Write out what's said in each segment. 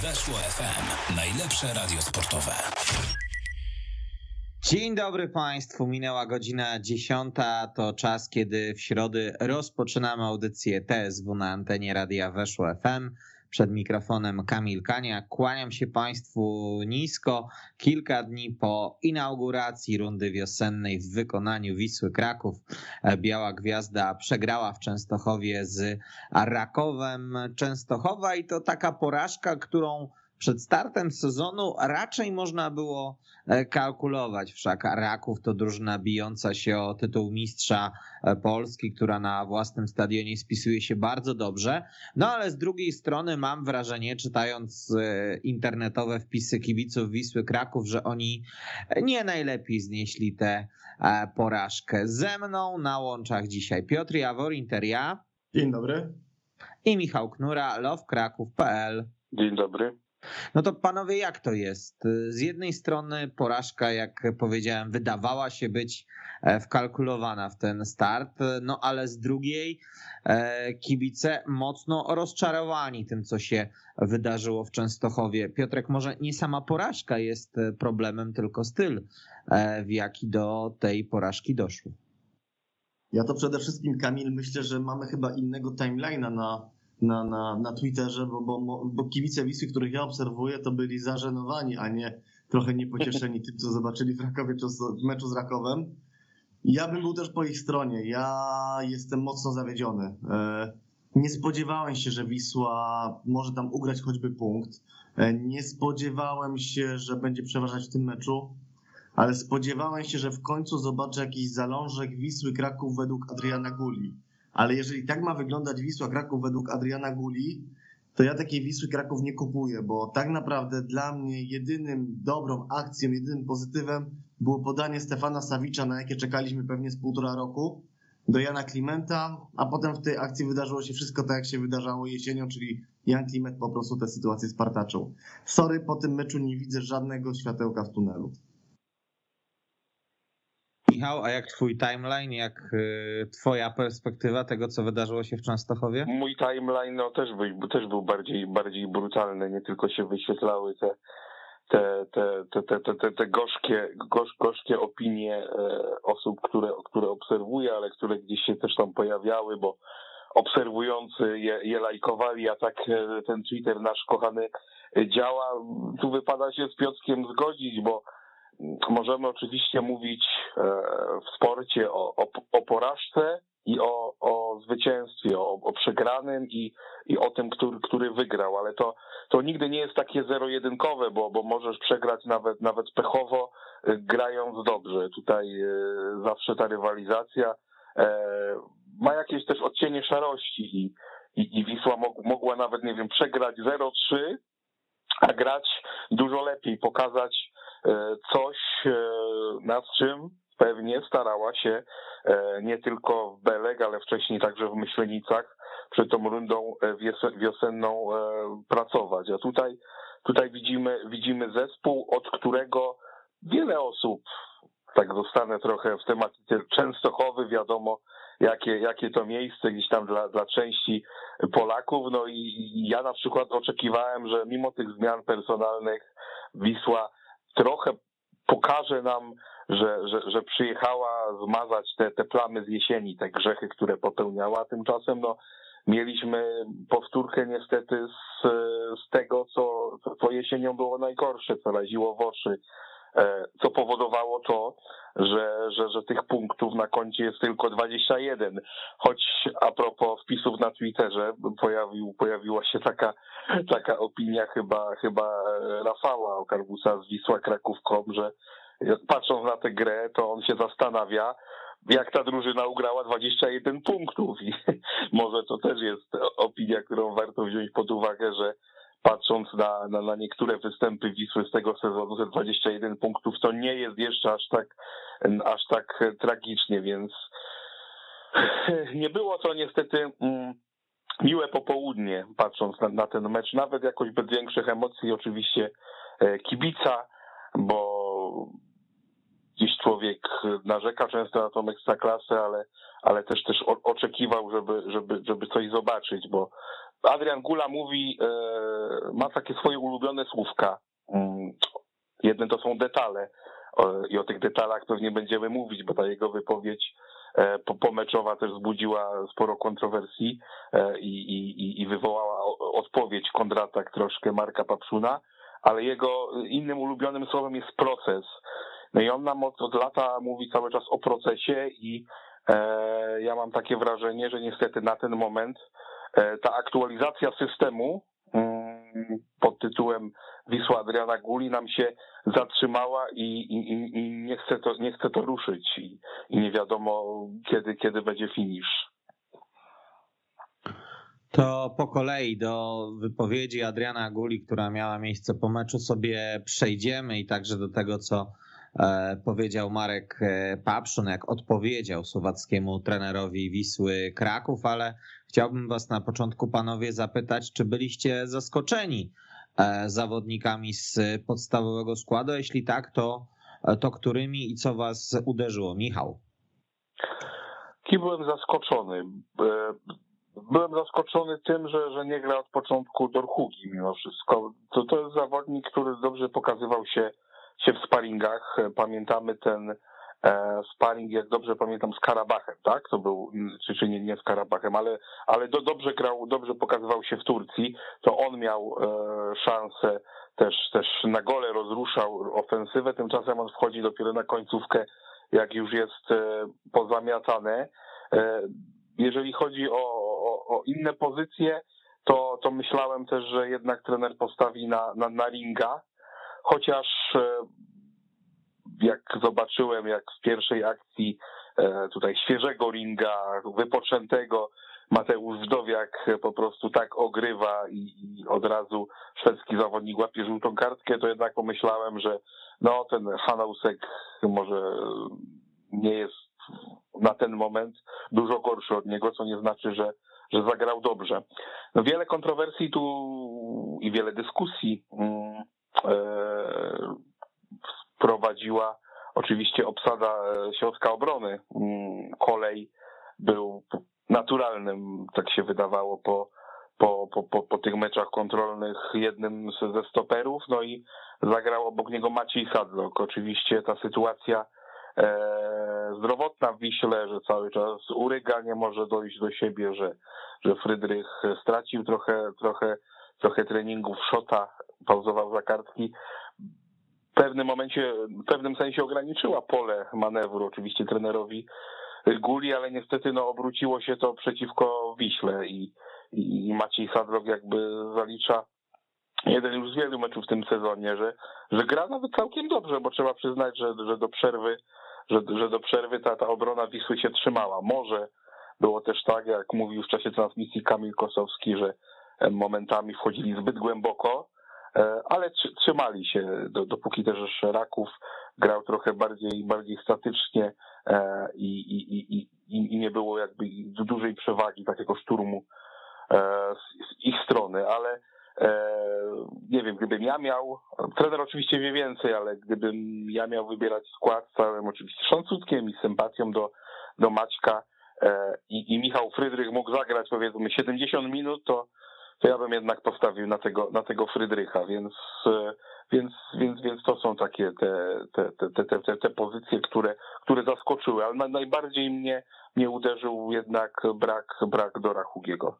Weszło FM. Najlepsze radio sportowe. Dzień dobry Państwu, minęła godzina 10, to czas, kiedy w środy rozpoczynamy audycję TSW na antenie Radia Weszło FM. Przed mikrofonem Kamil Kaniak. Kłaniam się Państwu nisko. Kilka dni po inauguracji rundy wiosennej w wykonaniu Wisły Kraków Biała Gwiazda przegrała w Częstochowie z Rakowem Częstochowa i to taka porażka, którą przed startem sezonu raczej można było kalkulować. Wszak Raków to drużyna bijąca się o tytuł mistrza Polski, która na własnym stadionie spisuje się bardzo dobrze. No ale z drugiej strony mam wrażenie, czytając internetowe wpisy kibiców Wisły Kraków, że oni nie najlepiej znieśli tę porażkę. Ze mną na łączach dzisiaj Piotr Jawor, Interia. Dzień dobry. I Michał Knura, lovekraków.pl. Dzień dobry. No to panowie, jak to jest? Z jednej strony porażka, jak powiedziałem, wydawała się być wkalkulowana w ten start, no ale z drugiej kibice mocno rozczarowani tym, co się wydarzyło w Częstochowie. Piotrek, może nie sama porażka jest problemem, tylko styl, w jaki do tej porażki doszło. Ja to przede wszystkim, Kamil, myślę, że mamy chyba innego timeline'a na Twitterze, bo kibice Wisły, których ja obserwuję, to byli zażenowani, a nie trochę niepocieszeni tym, co zobaczyli w Rakowie czy w meczu z Rakowem. Ja bym był też po ich stronie. Ja jestem mocno zawiedziony. Nie spodziewałem się, że Wisła może tam ugrać choćby punkt. Nie spodziewałem się, że będzie przeważać w tym meczu, ale spodziewałem się, że w końcu zobaczę jakiś zalążek Wisły Kraków według Adriana Guli. Ale jeżeli tak ma wyglądać Wisła Kraków według Adriana Guli, to ja takiej Wisły Kraków nie kupuję, bo tak naprawdę dla mnie jedynym dobrą akcją, jedynym pozytywem było podanie Stefana Sawicza, na jakie czekaliśmy pewnie z 1,5 roku, do Jana Klimenta, a potem w tej akcji wydarzyło się wszystko tak, jak się wydarzało jesienią, czyli Jan Kliment po prostu tę sytuację spartaczył. Sorry, po tym meczu nie widzę żadnego światełka w tunelu. Michał, a jak twój timeline, jak twoja perspektywa tego, co wydarzyło się w Częstochowie? Mój timeline też był bardziej brutalny, nie tylko się wyświetlały te gorzkie opinie osób, które obserwuję, ale które gdzieś się też tam pojawiały, bo obserwujący je lajkowali, a tak ten Twitter nasz kochany działa. Tu wypada się z Piotrkiem zgodzić, bo możemy oczywiście mówić w sporcie o porażce i o zwycięstwie, o przegranym i o tym, który wygrał, ale to nigdy nie jest takie zero-jedynkowe, bo możesz przegrać nawet pechowo, grając dobrze. Tutaj zawsze ta rywalizacja ma jakieś też odcienie szarości i Wisła mogła nawet, nie wiem, przegrać 0-3, a grać dużo lepiej, pokazać coś, nad czym pewnie starała się nie tylko w Beleg, ale wcześniej także w Myślenicach przed tą rundą wiosenną pracować. A tutaj widzimy zespół, od którego wiele osób, tak zostanę trochę w tematyce Częstochowy, wiadomo jakie to miejsce gdzieś tam dla części Polaków. No i ja na przykład oczekiwałem, że mimo tych zmian personalnych Wisła trochę pokaże nam, że przyjechała zmazać te plamy z jesieni, te grzechy, które popełniała. Tymczasem mieliśmy powtórkę niestety z tego, co jesienią było najgorsze, co raziło w oczy, co powodowało to, że tych punktów na koncie jest tylko 21. Choć a propos wpisów na Twitterze pojawiła się taka opinia chyba Rafała Okarbusa z Wisła Kraków.com, że patrząc na tę grę, to on się zastanawia, jak ta drużyna ugrała 21 punktów i może to też jest opinia, którą warto wziąć pod uwagę, że patrząc na niektóre występy Wisły z tego sezonu, te 21 punktów to nie jest jeszcze aż tak tragicznie, więc nie było to niestety miłe popołudnie, patrząc na ten mecz, nawet jakoś bez większych emocji oczywiście kibica, bo gdzieś człowiek narzeka często na tą ekstraklasę, ale też oczekiwał, żeby coś zobaczyć, bo Adrian Gula mówi, ma takie swoje ulubione słówka. Jedne to są detale i o tych detalach pewnie będziemy mówić, bo ta jego wypowiedź pomeczowa też wzbudziła sporo kontrowersji i wywołała odpowiedź, kontratak troszkę Marka Papszuna, ale jego innym ulubionym słowem jest proces. No i on nam od lata mówi cały czas o procesie i ja mam takie wrażenie, że niestety na ten moment ta aktualizacja systemu pod tytułem Wisła Adriana Guli nam się zatrzymała i nie chce to ruszyć i nie wiadomo kiedy będzie finisz. To po kolei do wypowiedzi Adriana Guli, która miała miejsce po meczu, sobie przejdziemy i także do tego, co powiedział Marek Papszun, jak odpowiedział słowackiemu trenerowi Wisły Kraków, ale chciałbym was na początku, panowie, zapytać, czy byliście zaskoczeni zawodnikami z podstawowego składu? Jeśli tak, to którymi i co was uderzyło? Michał. Byłem zaskoczony. Byłem zaskoczony tym, że nie gra od początku Dorhugi mimo wszystko. To jest zawodnik, który dobrze pokazywał się w sparingach. Pamiętamy ten sparing, jak dobrze pamiętam, z Karabachem, tak? To był, czy nie z Karabachem, ale dobrze grał, dobrze pokazywał się w Turcji. To on miał szansę też na gole, rozruszał ofensywę. Tymczasem on wchodzi dopiero na końcówkę, jak już jest pozamiatane. Jeżeli chodzi o inne pozycje, to myślałem też, że jednak trener postawi na Ringa, chociaż jak zobaczyłem, jak w pierwszej akcji tutaj świeżego Ringa, wypoczętego, Mateusz Wdowiak po prostu tak ogrywa i od razu szwedzki zawodnik łapie żółtą kartkę, to jednak pomyślałem, że no ten Hanausek może nie jest na ten moment dużo gorszy od niego, co nie znaczy, że zagrał dobrze. No wiele kontrowersji tu i wiele dyskusji prowadziła oczywiście obsada środka obrony. Kolej był naturalnym, tak się wydawało, po tych meczach kontrolnych jednym ze stoperów, no i zagrał obok niego Maciej Sadlok. Oczywiście ta sytuacja zdrowotna w Wiśle, że cały czas Uryga nie może dojść do siebie, że Frydrych stracił trochę treningów, szota, pauzował za kartki. W pewnym sensie ograniczyła pole manewru oczywiście trenerowi Guli, ale niestety obróciło się to przeciwko Wiśle i Maciej Sadlok jakby zalicza jeden już z wielu meczów w tym sezonie, że gra nawet całkiem dobrze, bo trzeba przyznać, że do przerwy ta obrona Wisły się trzymała. Może było też tak, jak mówił w czasie transmisji Kamil Kosowski, że momentami wchodzili zbyt głęboko, ale trzymali się, dopóki też Raków grał trochę bardziej statycznie i nie było jakby dużej przewagi takiego szturmu z ich strony, ale nie wiem, gdybym ja miał, trener oczywiście wie więcej, ale gdybym ja miał wybierać skład z całym oczywiście szacunkiem i sympatią do Maćka i Michał Frydrych mógł zagrać powiedzmy 70 minut, to ja bym jednak postawił na tego Frydrycha, więc to są takie te pozycje, które zaskoczyły, ale najbardziej mnie uderzył jednak brak Dora Hugiego.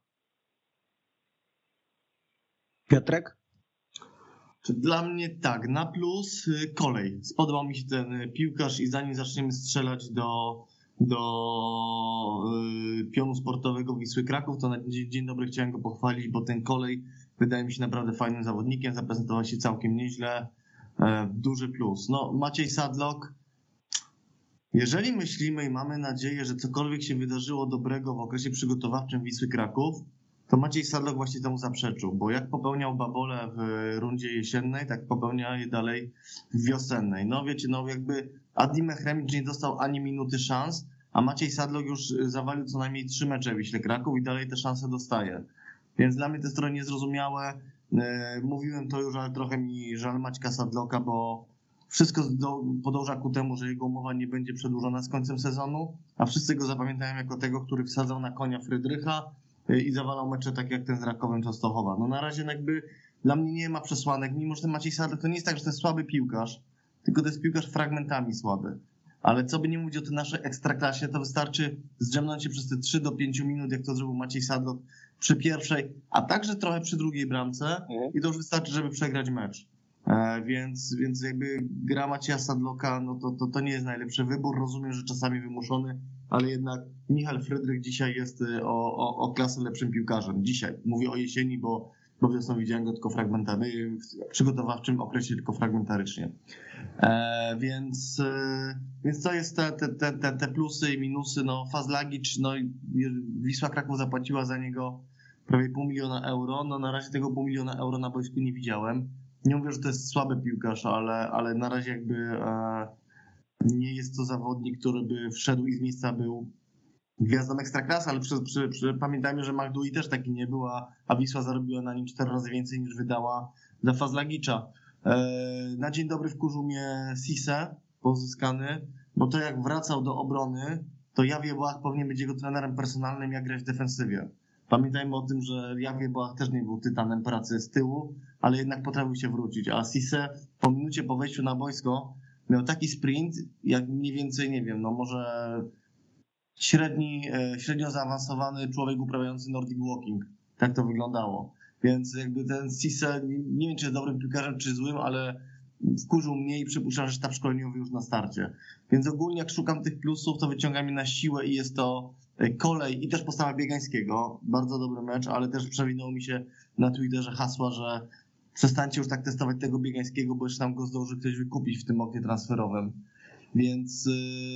Piotrek? Dla mnie tak, na plus Kolej. Spodobał mi się ten piłkarz i zanim zaczniemy strzelać do pionu sportowego Wisły Kraków, to na dzień dobry chciałem go pochwalić, bo ten Kolej wydaje mi się naprawdę fajnym zawodnikiem, zaprezentował się całkiem nieźle, duży plus. No, Maciej Sadlok, jeżeli myślimy i mamy nadzieję, że cokolwiek się wydarzyło dobrego w okresie przygotowawczym Wisły Kraków, to Maciej Sadlok właśnie temu zaprzeczył, bo jak popełniał babole w rundzie jesiennej, tak popełnia je dalej w wiosennej. No wiecie, jakby Adi Mehremicz nie dostał ani minuty szans, a Maciej Sadlok już zawalił co najmniej 3 mecze w Wiśle Kraków i dalej te szanse dostaje. Więc dla mnie to jest trochę niezrozumiałe. Mówiłem to już, ale trochę mi żal Maćka Sadloka, bo wszystko podąża ku temu, że jego umowa nie będzie przedłużona z końcem sezonu, a wszyscy go zapamiętają jako tego, który wsadzał na konia Frydrycha, i zawalał mecze tak jak ten z Rakowem Częstochowa. No na razie jakby dla mnie nie ma przesłanek, mimo że ten Maciej Sadlok to nie jest tak, że to jest słaby piłkarz, tylko to jest piłkarz fragmentami słaby. Ale co by nie mówić o tej naszej ekstraklasie, to wystarczy zdrzemnąć się przez te 3 do 5 minut, jak to zrobił Maciej Sadlok przy pierwszej, a także trochę przy drugiej bramce i to już wystarczy, żeby przegrać mecz. Więc jakby gra Macieja Sadloka, no to nie jest najlepszy wybór. Rozumiem, że czasami wymuszony, ale jednak Michal Frydrych dzisiaj jest o klasę lepszym piłkarzem. Dzisiaj. Mówię o jesieni, bo wiosną widziałem go tylko fragmentarnie, w przygotowawczym okresie tylko fragmentarycznie. Więc to jest te plusy i minusy. No Fazlagic, no Wisła Kraków zapłaciła za niego prawie 500 000 euro. No na razie tego 500 000 euro na boisku nie widziałem. Nie mówię, że to jest słaby piłkarz, ale na razie jakby nie jest to zawodnik, który by wszedł i z miejsca był gwiazdą ekstraklasy, ale pamiętajmy, że Magdui też taki nie był, a Wisła zarobiła na nim 4 razy więcej niż wydała dla Fazlagicza. Na dzień dobry wkurzył mnie Cisse pozyskany, bo to jak wracał do obrony, to Jawie Błach powinien być jego trenerem personalnym, jak grać w defensywie. Pamiętajmy o tym, że Jawie Błach też nie był tytanem pracy z tyłu, ale jednak potrafił się wrócić, a Cisse po minucie po wejściu na boisko miał taki sprint, jak mniej więcej, nie wiem, no może średnio zaawansowany człowiek uprawiający Nordic Walking. Tak to wyglądało. Więc jakby ten Cisse, nie wiem czy jest dobrym piłkarzem, czy złym, ale wkurzył mnie i przypuszczam, że sztab szkoleniowy już na starcie. Więc ogólnie jak szukam tych plusów, to wyciągam je na siłę i jest to Kolej i też postawa Biegańskiego. Bardzo dobry mecz, ale też przewinęło mi się na Twitterze hasła, że przestańcie już tak testować tego Biegańskiego, bo jeszcze tam go zdąży ktoś wykupić w tym oknie transferowym. Więc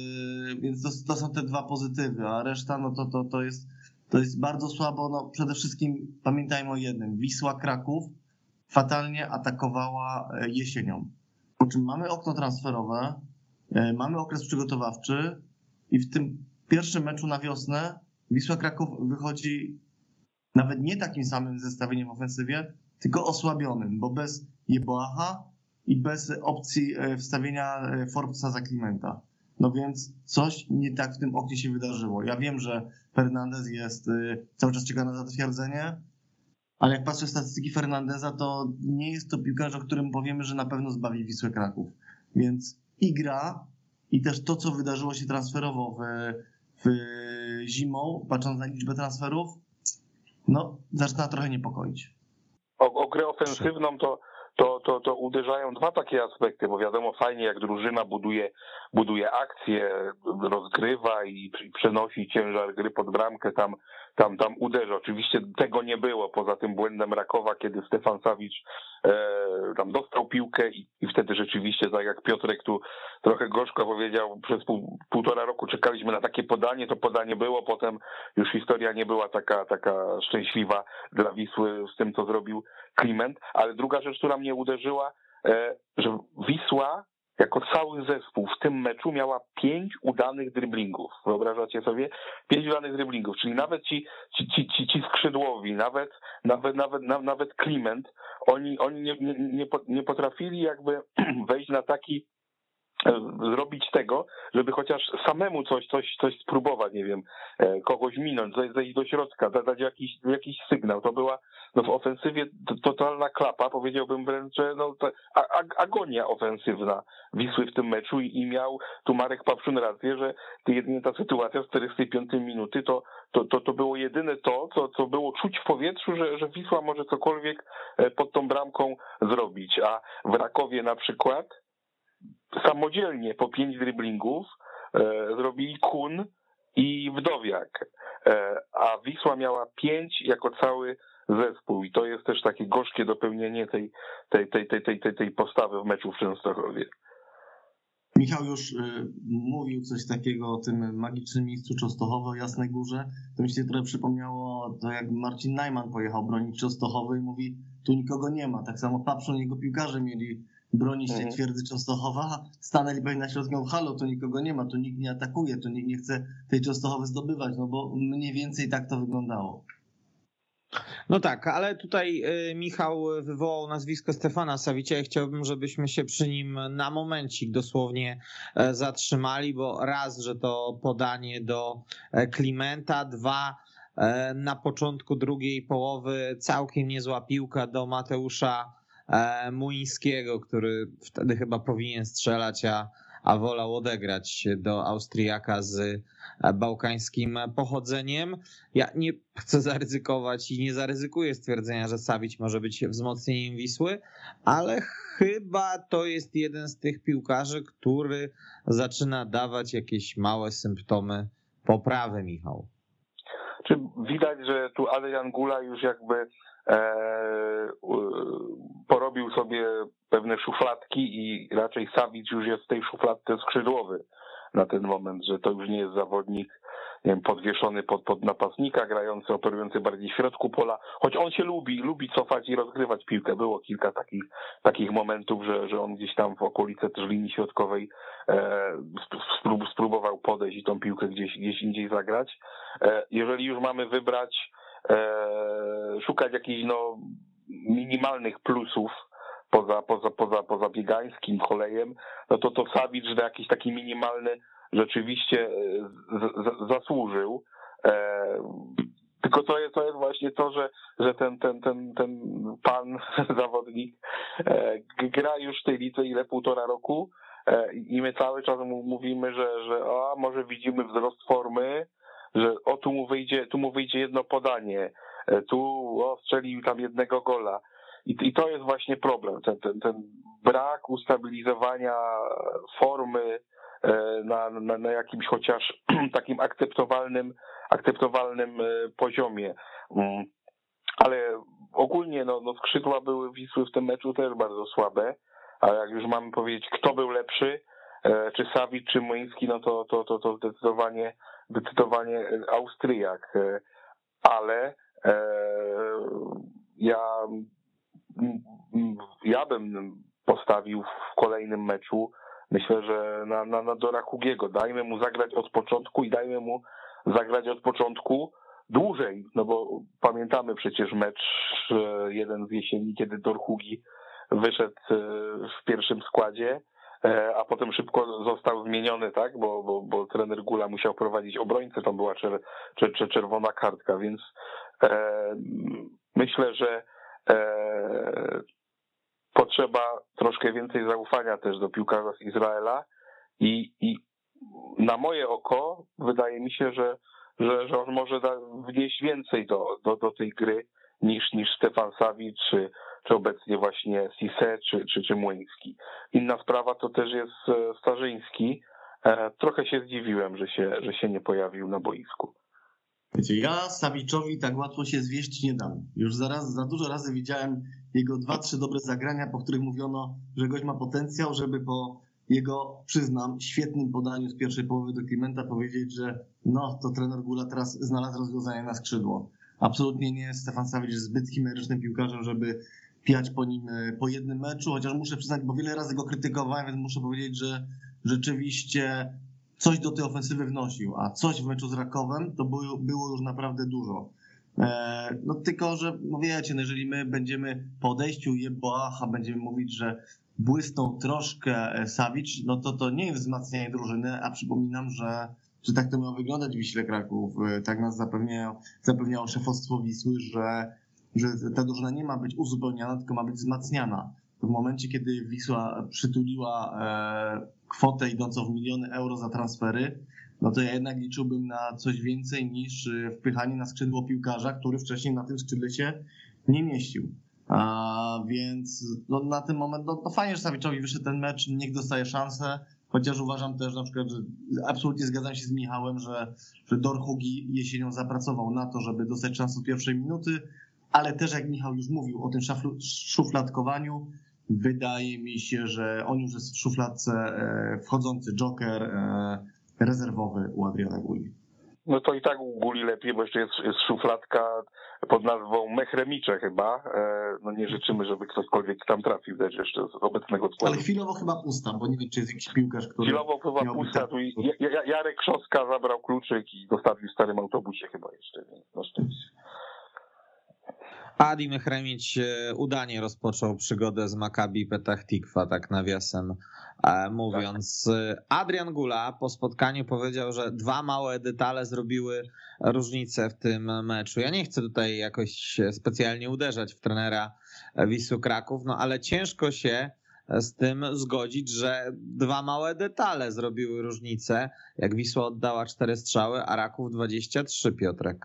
to są te 2 pozytywy, a reszta no to jest bardzo słabo. No przede wszystkim pamiętajmy o jednym. Wisła Kraków fatalnie atakowała jesienią. Po czym mamy okno transferowe, mamy okres przygotowawczy i w tym pierwszym meczu na wiosnę Wisła Kraków wychodzi nawet nie takim samym zestawieniem w ofensywie, tylko osłabionym, bo bez Jeboacha i bez opcji wstawienia Forbesa za Klimenta. No więc coś nie tak w tym oknie się wydarzyło. Ja wiem, że Fernandez jest cały czas czeka na zatwierdzenie, ale jak patrzę w statystyki Fernandeza, to nie jest to piłkarz, o którym powiemy, że na pewno zbawi Wisłę Kraków. Więc i gra, i też to, co wydarzyło się transferowo w zimą, patrząc na liczbę transferów, no zaczyna trochę niepokoić. O grę ofensywną to uderzają 2 takie aspekty, bo wiadomo fajnie jak drużyna buduje akcje, rozgrywa i przenosi ciężar gry pod bramkę, tam uderza. Oczywiście tego nie było, poza tym błędem Rakowa, kiedy Stefan Savic tam dostał piłkę i wtedy rzeczywiście, tak jak Piotrek tu trochę gorzko powiedział, przez 1,5 roku czekaliśmy na takie podanie, to podanie było, potem już historia nie była taka szczęśliwa dla Wisły z tym, co zrobił Kliment, ale druga rzecz, która mnie uderzyła, że Wisła jako cały zespół w tym meczu miała 5 udanych driblingów. Wyobrażacie sobie? 5 udanych driblingów, czyli nawet ci skrzydłowi, nawet Kliment, oni nie potrafili jakby wejść na taki, zrobić tego, żeby chociaż samemu coś spróbować, nie wiem, kogoś minąć, zejść do środka, dać jakiś sygnał. To była w ofensywie totalna klapa, powiedziałbym wręcz, że agonia ofensywna Wisły w tym meczu i miał tu Marek Papszun rację, że jedynie ta sytuacja w 45 minuty to było jedyne co było czuć w powietrzu, że Wisła może cokolwiek pod tą bramką zrobić, a w Rakowie na przykład samodzielnie po 5 driblingów zrobili Kun i Wdowiak, a Wisła miała 5 jako cały zespół i to jest też takie gorzkie dopełnienie tej postawy w meczu w Częstochowie. Michał już mówił coś takiego o tym magicznym miejscu Częstochowy, o Jasnej Górze. To mi się trochę przypomniało to, jak Marcin Najman pojechał bronić Częstochowy i mówi, tu nikogo nie ma. Tak samo Papszun i jego piłkarze mieli bronić tej twierdzy Częstochowa, stanęli na środku, halo, tu nikogo nie ma, tu nikt nie atakuje, tu nikt nie chce tej Częstochowy zdobywać, no bo mniej więcej tak to wyglądało. No tak, ale tutaj Michał wywołał nazwisko Stefana Savicia i chciałbym, żebyśmy się przy nim na momencik dosłownie zatrzymali, bo raz, że to podanie do Klimenta, 2, na początku drugiej połowy całkiem niezła piłka do Mateusza Muńskiego, który wtedy chyba powinien strzelać, a wolał odegrać do Austriaka z bałkańskim pochodzeniem. Ja nie chcę zaryzykować i nie zaryzykuję stwierdzenia, że Savić może być wzmocnieniem Wisły, ale chyba to jest jeden z tych piłkarzy, który zaczyna dawać jakieś małe symptomy poprawy, Michał. Czy widać, że tu Adrian Gula już jakby porobił sobie pewne szufladki i raczej Savić już jest w tej szufladce skrzydłowy na ten moment, że to już nie jest zawodnik, nie wiem, podwieszony pod napastnika, grający, operujący bardziej w środku pola, choć on się lubi cofać i rozgrywać piłkę. Było kilka takich momentów, że on gdzieś tam w okolice też linii środkowej spróbował podejść i tą piłkę gdzieś indziej zagrać. Jeżeli już mamy wybrać, szukać jakichś minimalnych plusów poza biegańskim kolejem, no to Savić na jakiś taki minimalny rzeczywiście zasłużył. Tylko to jest właśnie to, że ten pan zawodnik gra już w tej lidze ile 1,5 roku i my cały czas mówimy, że może widzimy wzrost formy, że tu mu wyjdzie jedno podanie, tu strzelił tam jednego gola. I to jest właśnie problem, ten brak ustabilizowania formy na jakimś chociaż takim akceptowalnym poziomie. Ale ogólnie skrzydła były Wisły w tym meczu też bardzo słabe, a jak już mamy powiedzieć, kto był lepszy, czy Savić, czy Muński, to zdecydowanie Austriak. Ale ja bym postawił w kolejnym meczu, myślę, że na Dora Hugiego. Dajmy mu zagrać od początku i dajmy mu zagrać od początku dłużej, bo pamiętamy przecież mecz jeden z jesieni, kiedy Dor Hugi wyszedł w pierwszym składzie, a potem szybko został zmieniony, tak, bo trener Gula musiał prowadzić obrońcę, tam była czerwona kartka, więc myślę, że potrzeba troszkę więcej zaufania też do piłkarza z Izraela i na moje oko wydaje mi się, że on może wnieść więcej do tej gry niż Stefan Savić, czy obecnie właśnie Cissé, czy Muński. Inna sprawa to też jest Starzyński. Trochę się zdziwiłem, że się nie pojawił na boisku. Wiecie, ja Saviczowi tak łatwo się zwieść nie dam. Już za dużo razy widziałem jego 2-3 dobre zagrania, po których mówiono, że gość ma potencjał, żeby po jego, przyznam, świetnym podaniu z pierwszej połowy do Klimenta powiedzieć, że to trener Gula teraz znalazł rozwiązanie na skrzydło. Absolutnie nie jest Stefan Savić zbyt chimerycznym piłkarzem, żeby pijać po nim po jednym meczu, chociaż muszę przyznać, bo wiele razy go krytykowałem, więc muszę powiedzieć, że rzeczywiście coś do tej ofensywy wnosił, a coś w meczu z Rakowem to było już naprawdę dużo. Tylko, że wiecie, jeżeli my będziemy po odejściu Jeboacha będziemy mówić, że błysnął troszkę Savić, to nie jest wzmacnianie drużyny, a przypominam, że tak to miało wyglądać w Wiśle Kraków. Tak nas zapewniało szefostwo Wisły, że ta drużyna nie ma być uzupełniana, tylko ma być wzmacniana. W momencie, kiedy Wisła przytuliła kwotę idącą w miliony euro za transfery, to ja jednak liczyłbym na coś więcej niż wpychanie na skrzydło piłkarza, który wcześniej na tym skrzydle się nie mieścił. Więc na ten moment fajnie, że Saviczowi wyszedł ten mecz, niech dostaje szansę, chociaż uważam też na przykład, że absolutnie zgadzam się z Michałem, że Dor Hugi jesienią zapracował na to, żeby dostać szansę od pierwszej minuty, ale też jak Michał już mówił o tym szufladkowaniu, wydaje mi się, że on już jest w szufladce wchodzący joker rezerwowy u Adriana Guli. No to i tak u Guli lepiej, bo jeszcze jest szufladka pod nazwą Mechremicze chyba. Nie życzymy, żeby ktokolwiek tam trafił też jeszcze z obecnego składu. Ale chwilowo chyba pusta, bo nie wiem, czy jest jakiś piłkarz, który... Chwilowo chyba pusta. Tu Jarek Krzoska zabrał kluczyk i zostawił w starym autobusie chyba jeszcze, więc na szczęście. Adi Mechremić udanie rozpoczął przygodę z Maccabi Petach Tikwa, tak nawiasem mówiąc. Adrian Gula po spotkaniu powiedział, że 2 małe detale zrobiły różnicę w tym meczu. Ja nie chcę tutaj jakoś specjalnie uderzać w trenera Wisły Kraków, no ale ciężko się z tym zgodzić, że 2 małe detale zrobiły różnicę, jak Wisła oddała 4 strzały, a Raków 23, Piotrek.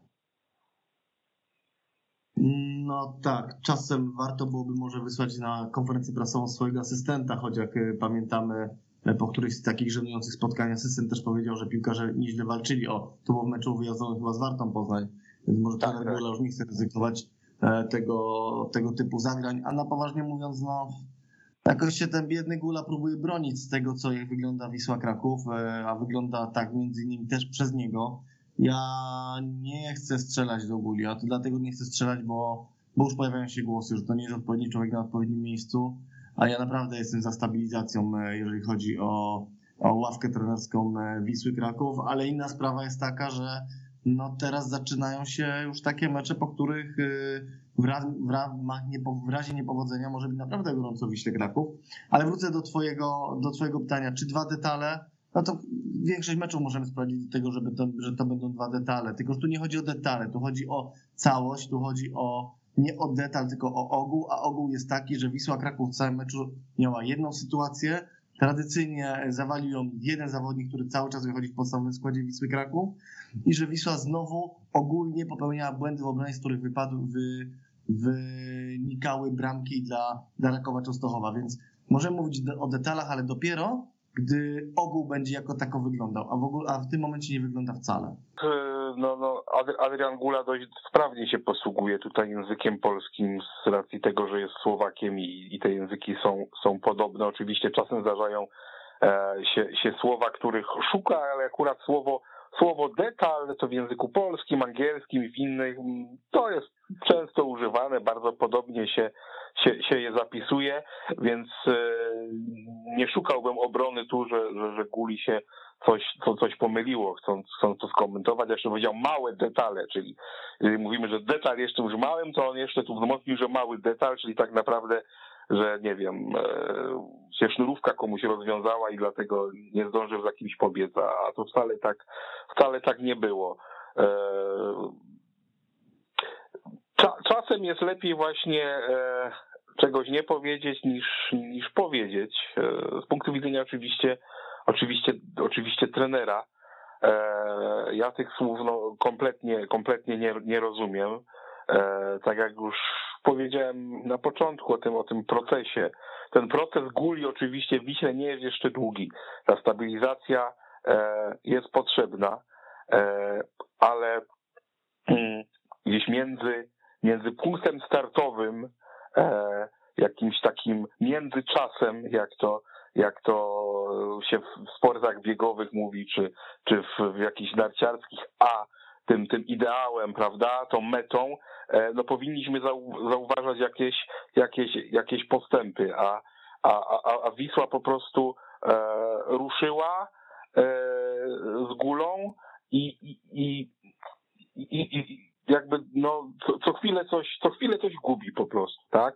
No tak, czasem warto byłoby może wysłać na konferencję prasową swojego asystenta, choć jak pamiętamy po którymś z takich żenujących spotkań asystent też powiedział, że piłkarze nieźle walczyli. To było w meczu wyjazdowym chyba z Wartą Poznań, więc może trener Gula już nie chce ryzykować tego typu zagrań, a na poważnie mówiąc, no jakoś się ten biedny Gula próbuje bronić z tego, co jak wygląda Wisła Kraków, a wygląda tak między innymi też przez niego. Ja nie chcę strzelać do Guli, a to dlatego nie chcę strzelać, bo już pojawiają się głosy, że to nie jest odpowiedni człowiek na odpowiednim miejscu, a ja naprawdę jestem za stabilizacją, jeżeli chodzi o ławkę trenerską Wisły Kraków, ale inna sprawa jest taka, że no teraz zaczynają się już takie mecze, po których w razie niepowodzenia może być naprawdę gorąco Wiśle Kraków. Ale wrócę do twojego pytania, czy 2 detale? No to większość meczów możemy sprawdzić do tego, że to będą 2 detale. Tylko że tu nie chodzi o detale, tu chodzi o całość, tu chodzi nie o detal, tylko o ogół, a ogół jest taki, że Wisła Kraków w całym meczu miała jedną sytuację, tradycyjnie zawalił ją jeden zawodnik, który cały czas wychodzi w podstawowym składzie Wisły Kraków i że Wisła znowu ogólnie popełniała błędy w obronie, z których wynikały bramki dla Rakowa Częstochowa, więc możemy mówić o detalach, ale dopiero gdy ogół będzie jako tako wyglądał, a w tym momencie nie wygląda wcale. Adrian Gula dość sprawnie się posługuje tutaj językiem polskim z racji tego, że jest Słowakiem i te języki są podobne. Oczywiście czasem zdarzają się słowa, których szuka, ale akurat słowo detal to w języku polskim, angielskim i w innych to jest często używane, bardzo podobnie się je zapisuje, więc nie szukałbym obrony tu, że Guli się coś pomyliło, chcąc to skomentować. Jeszcze powiedział małe detale, czyli jeżeli mówimy, że detal jest czymś małym, to on jeszcze tu wzmocnił, że mały detal, czyli tak naprawdę, że nie wiem, się sznurówka komuś rozwiązała i dlatego nie zdążył za kimś pobiec, a to wcale tak nie było. Czasem jest lepiej właśnie czegoś nie powiedzieć niż powiedzieć. Z punktu widzenia oczywiście trenera. Ja tych słów kompletnie nie rozumiem. Tak jak już powiedziałem na początku o tym procesie. Ten proces Guli oczywiście w Wiśle nie jest jeszcze długi. Ta stabilizacja jest potrzebna, ale gdzieś między punktem startowym, jakimś takim międzyczasem, jak to się w sportach biegowych mówi, czy w jakichś narciarskich, a tym ideałem, prawda, tą metą, no powinniśmy zauważać jakieś postępy, a Wisła po prostu ruszyła z Gulą i jakby no co chwilę coś gubi po prostu, tak?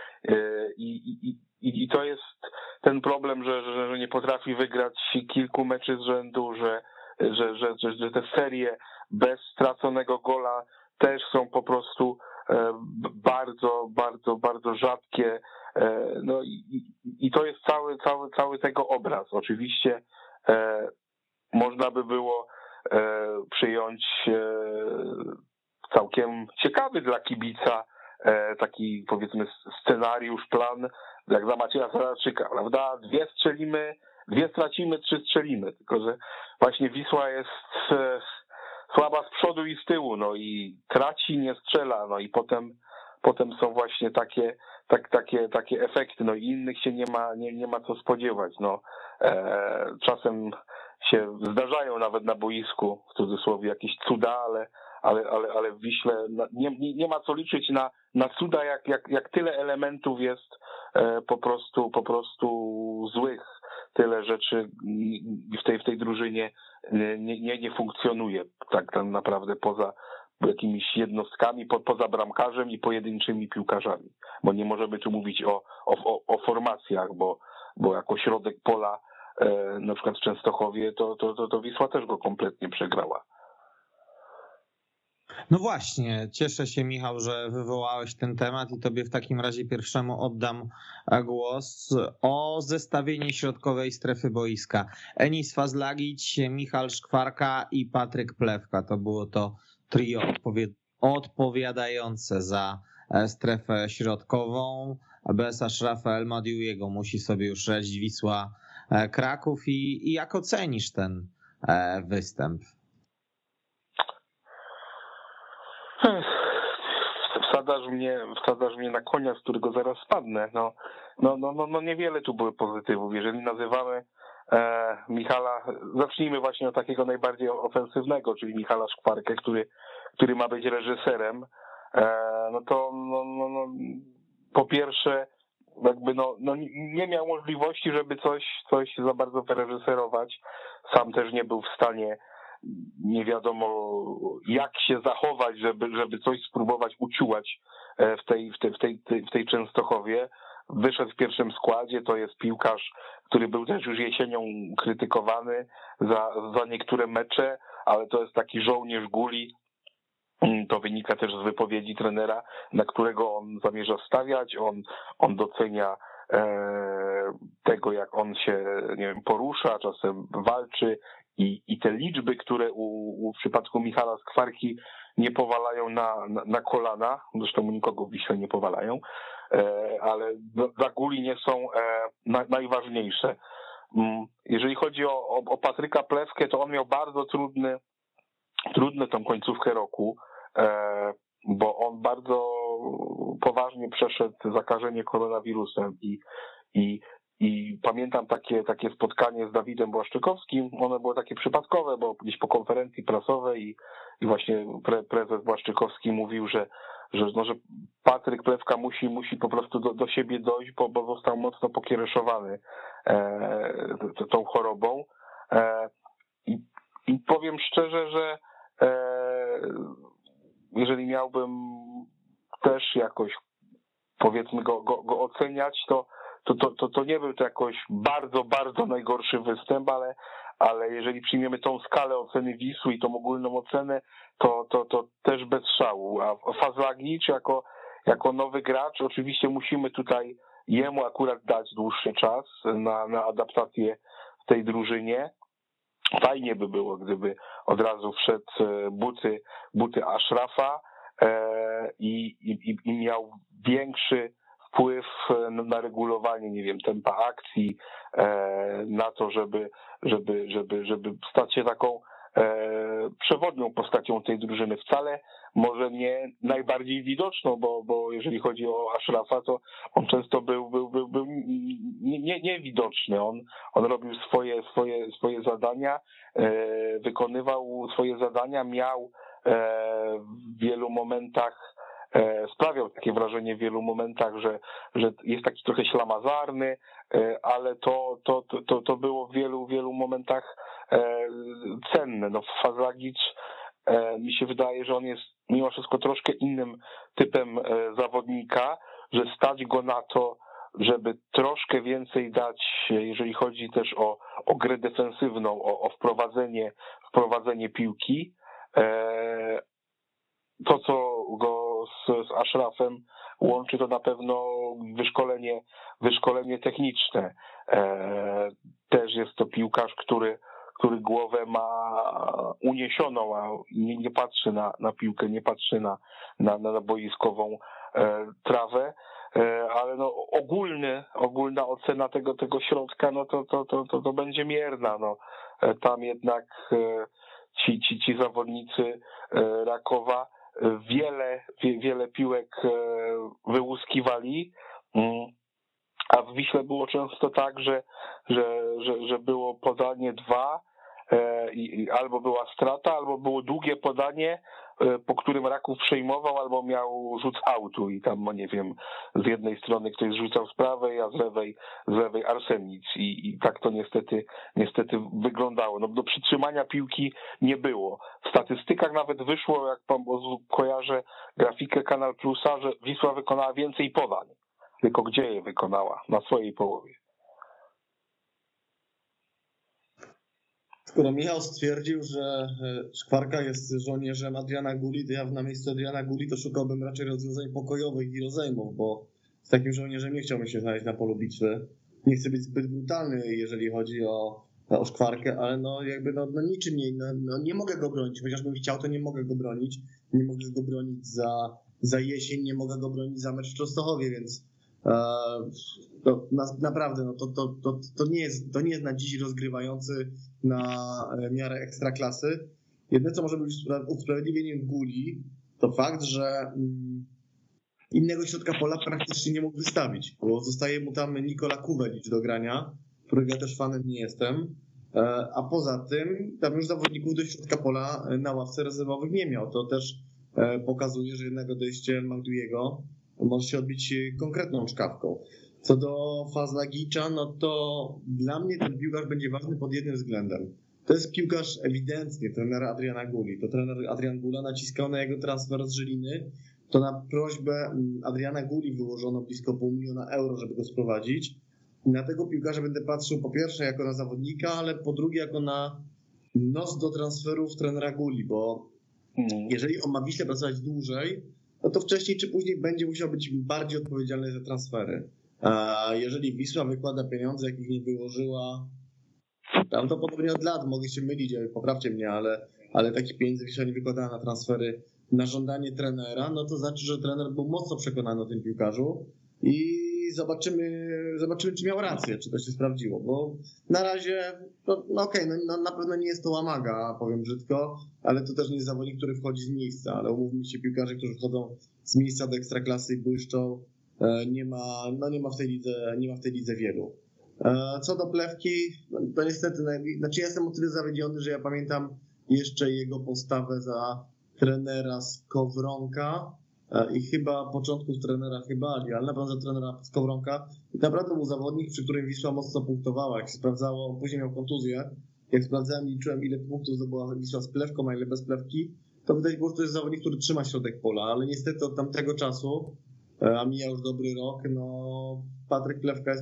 I to jest ten problem, że nie potrafi wygrać kilku meczy z rzędu, że te serie bez straconego gola też są po prostu bardzo rzadkie. No i to jest cały tego obraz. Oczywiście można by było przyjąć całkiem ciekawy dla kibica taki, powiedzmy, scenariusz, plan, jak za Macieja Sararczyka, prawda? 2 strzelimy, 2 stracimy, 3 strzelimy, tylko że właśnie Wisła jest słaba z przodu i z tyłu, no i traci, nie strzela, no i potem są właśnie takie efekty, no i innych się nie ma co spodziewać, no. Czasem się zdarzają nawet na boisku, w cudzysłowie, jakieś cuda, ale w Wiśle nie ma co liczyć na cuda, jak tyle elementów jest po prostu złych, tyle rzeczy w tej drużynie nie funkcjonuje tak naprawdę jakimiś jednostkami poza bramkarzem i pojedynczymi piłkarzami, bo nie możemy tu mówić o formacjach, bo jako środek pola na przykład w Częstochowie to Wisła też go kompletnie przegrała. No właśnie, cieszę się, Michał, że wywołałeś ten temat i tobie w takim razie pierwszemu oddam głos o zestawienie środkowej strefy boiska. Enis Fazlagić, Michał Szkwarka i Patryk Plewka. To było to trio odpowiadające za strefę środkową. Bez Ashrafa El Madiouiego musi sobie już radzić Wisła Kraków. I jak ocenisz ten występ? Wsadzasz mnie na konia, z którego zaraz spadnę. No niewiele tu były pozytywów. Jeżeli nazywamy Michala, zacznijmy właśnie od takiego najbardziej ofensywnego, czyli Michala Szkwarkę, który ma być reżyserem, po pierwsze jakby nie miał możliwości, żeby coś za bardzo wyreżyserować. Sam też nie był w stanie, nie wiadomo jak się zachować, żeby coś spróbować uciułać w tej Częstochowie. Wyszedł w pierwszym składzie, to jest piłkarz, który był też już jesienią krytykowany za niektóre mecze, ale to jest taki żołnierz guli. To wynika też z wypowiedzi trenera, na którego on zamierza stawiać. On docenia tego, jak on się, nie wiem, porusza, czasem walczy i te liczby, które w przypadku Michala Skwarki nie powalają na kolana, zresztą nikogo w Wiśle nie powalają, ale dla Guli nie są najważniejsze. Jeżeli chodzi o Patryka Plewkę, to on miał bardzo trudne tą końcówkę roku, bo on bardzo poważnie przeszedł zakażenie koronawirusem i pamiętam takie spotkanie z Dawidem Błaszczykowskim. Ono było takie przypadkowe, bo gdzieś po konferencji prasowej i właśnie prezes Błaszczykowski mówił, że Patryk Plewka musi po prostu do siebie dojść, bo został mocno pokiereszowany tą chorobą. I powiem szczerze, że jeżeli miałbym też jakoś, powiedzmy, go oceniać, to nie był to jakoś bardzo, bardzo najgorszy występ, ale jeżeli przyjmiemy tą skalę oceny Wisły i tą ogólną ocenę, to też bez szału. A Fazlagić jako nowy gracz, oczywiście musimy tutaj jemu akurat dać dłuższy czas na adaptację w tej drużynie. Fajnie by było, gdyby od razu wszedł buty Ashrafa i miał większy wpływ na regulowanie, nie wiem, tempa akcji, na to, żeby stać się taką przewodnią postacią tej drużyny. Wcale może nie najbardziej widoczną, bo jeżeli chodzi o Ashrafa, to on często był niewidoczny. On robił swoje zadania, wykonywał swoje zadania, miał w wielu momentach, sprawiał takie wrażenie w wielu momentach, że jest taki trochę ślamazarny, ale to było w wielu momentach cenne. No, Fazlagić, mi się wydaje, że on jest mimo wszystko troszkę innym typem zawodnika, że stać go na to, żeby troszkę więcej dać, jeżeli chodzi też o grę defensywną, o wprowadzenie piłki. To, co go z Ashrafem łączy, to na pewno wyszkolenie techniczne. Też jest to piłkarz, który głowę ma uniesioną, a nie patrzy na piłkę, nie patrzy na boiskową trawę, ale no ogólna ocena tego środka, no to będzie mierna. No. Tam jednak ci zawodnicy Rakowa wiele piłek wyłuskiwali, a w Wiśle było często tak, że było podanie 2, albo była strata, albo było długie podanie, po którym Raków przejmował, albo miał rzut z autu i tam, nie wiem, z jednej strony ktoś zrzucał z prawej, a z lewej Arsenic i tak to niestety wyglądało. No do przytrzymania piłki nie było. W statystykach nawet wyszło, jak pan kojarzę grafikę Kanal Plusa, że Wisła wykonała więcej podań. Tylko gdzie je wykonała? Na swojej połowie. Skoro Michał stwierdził, że Szkwarka jest żołnierzem Adriana Guli, to ja na miejscu Adriana Guli to szukałbym raczej rozwiązań pokojowych i rozejmów, bo z takim żołnierzem nie chciałbym się znaleźć na polu bitwy. Nie chcę być zbyt brutalny, jeżeli chodzi o Szkwarkę, ale niczym nie mogę go bronić. Chociażbym chciał, to nie mogę go bronić. Nie mogę go bronić za jesień, nie mogę go bronić za mecz w Częstochowie, więc naprawdę to nie jest na dziś rozgrywający na miarę ekstraklasy. Jedyne, co może być usprawiedliwieniem Guli, to fakt, że innego środka pola praktycznie nie mógł wystawić, bo zostaje mu tam Nikola Kuwelicz do grania, którego ja też fanem nie jestem, a poza tym tam już zawodników do środka pola na ławce rezerwowych nie miał. To też pokazuje, że jednak odejście Magdujego może się odbić konkretną czkawką. Co do Fazlagicza, no to dla mnie ten piłkarz będzie ważny pod jednym względem. To jest piłkarz ewidentnie trenera Adriana Guli. To trener Adrian Gula naciskał na jego transfer z Żyliny. To na prośbę Adriana Guli wyłożono blisko 500 000 euro, żeby go sprowadzić. I na tego piłkarza będę patrzył po pierwsze jako na zawodnika, ale po drugie jako na nos do transferów trenera Guli, bo jeżeli on ma Wiśle pracować dłużej, no to wcześniej czy później będzie musiał być bardziej odpowiedzialny za transfery. A jeżeli Wisła wykłada pieniądze, jakich nie wyłożyła, tam to podobnie od lat, mogę się mylić, poprawcie mnie, ale takich pieniędzy Wisła nie wykładała na transfery na żądanie trenera, no to znaczy, że trener był mocno przekonany o tym piłkarzu i zobaczymy, czy miał rację, czy to się sprawdziło, bo na razie, na pewno nie jest to łamaga, powiem brzydko, ale to też nie jest zawodnik, który wchodzi z miejsca, ale umówmy się, piłkarze, którzy wchodzą z miejsca do ekstraklasy i błyszczą, nie ma w tej lidze wielu. Co do Plewki, to niestety, ja jestem o tyle zawiedziony, że ja pamiętam jeszcze jego postawę za trenera Skowronka i chyba początków trenera ale na pewno za trenera Skowronka. I naprawdę był zawodnik, przy którym Wisła mocno punktowała. Jak się sprawdzało, później miał kontuzję. Jak sprawdzałem, liczyłem, ile punktów zdobyła Wisła z Plewką, a ile bez Plewki, to wydaje się, że to jest zawodnik, który trzyma środek pola, ale niestety od tamtego czasu, a mija już dobry rok, no Patryk Plewka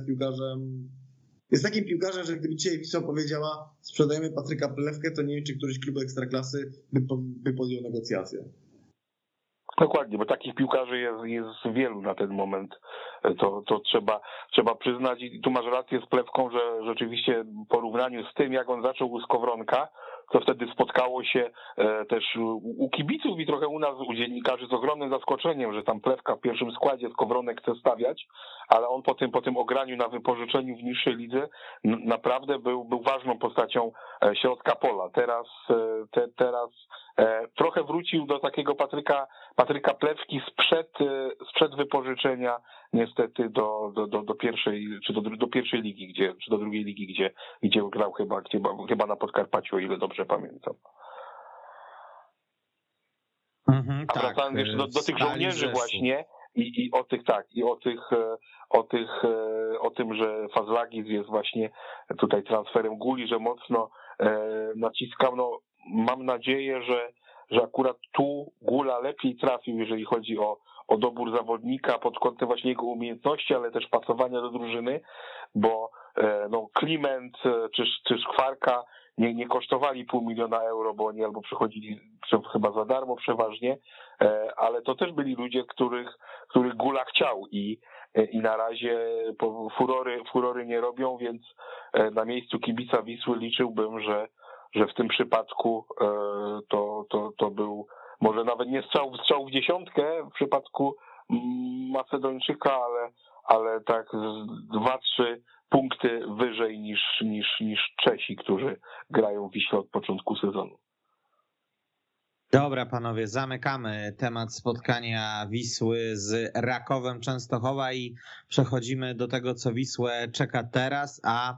jest takim piłkarzem, że gdyby dzisiaj Wisła powiedziała, sprzedajemy Patryka Plewkę, to nie wiem, czy któryś klub ekstraklasy by podjął negocjacje. Dokładnie, bo takich piłkarzy jest wielu na ten moment. To trzeba przyznać i tu masz rację z Plewką, że rzeczywiście w porównaniu z tym, jak on zaczął u Skowronka, to wtedy spotkało się też u kibiców i trochę u nas, u dziennikarzy z ogromnym zaskoczeniem, że tam Plewka w pierwszym składzie Skowronek chce stawiać, ale on po tym ograniu na wypożyczeniu w niższej lidze naprawdę był ważną postacią środka pola. Teraz trochę wrócił do takiego Patryka Plewki sprzed wypożyczenia niestety do pierwszej, czy do pierwszej ligi, czy do drugiej ligi, gdzie grał chyba na Podkarpaciu, o ile dobrze pamiętam. A wracając jeszcze do tych żołnierzy właśnie i o tym, że Fazlagis jest właśnie tutaj transferem Guli, że mocno naciskał, no mam nadzieję, że akurat tu Gula lepiej trafił, jeżeli chodzi o dobór zawodnika pod kątem właśnie jego umiejętności, ale też pasowania do drużyny, bo Kliment czy Szkwarka nie kosztowali 500 000 euro, bo oni albo przychodzili chyba za darmo przeważnie, ale to też byli ludzie, których Gula chciał i na razie furory nie robią, więc na miejscu kibica Wisły liczyłbym, że w tym przypadku to był może nawet nie strzał w dziesiątkę w przypadku Macedończyka, ale tak 2-3 punkty wyżej niż Czesi, którzy grają w Wiśle od początku sezonu. Dobra, panowie, zamykamy temat spotkania Wisły z Rakowem Częstochowa i przechodzimy do tego, co Wisłę czeka teraz, a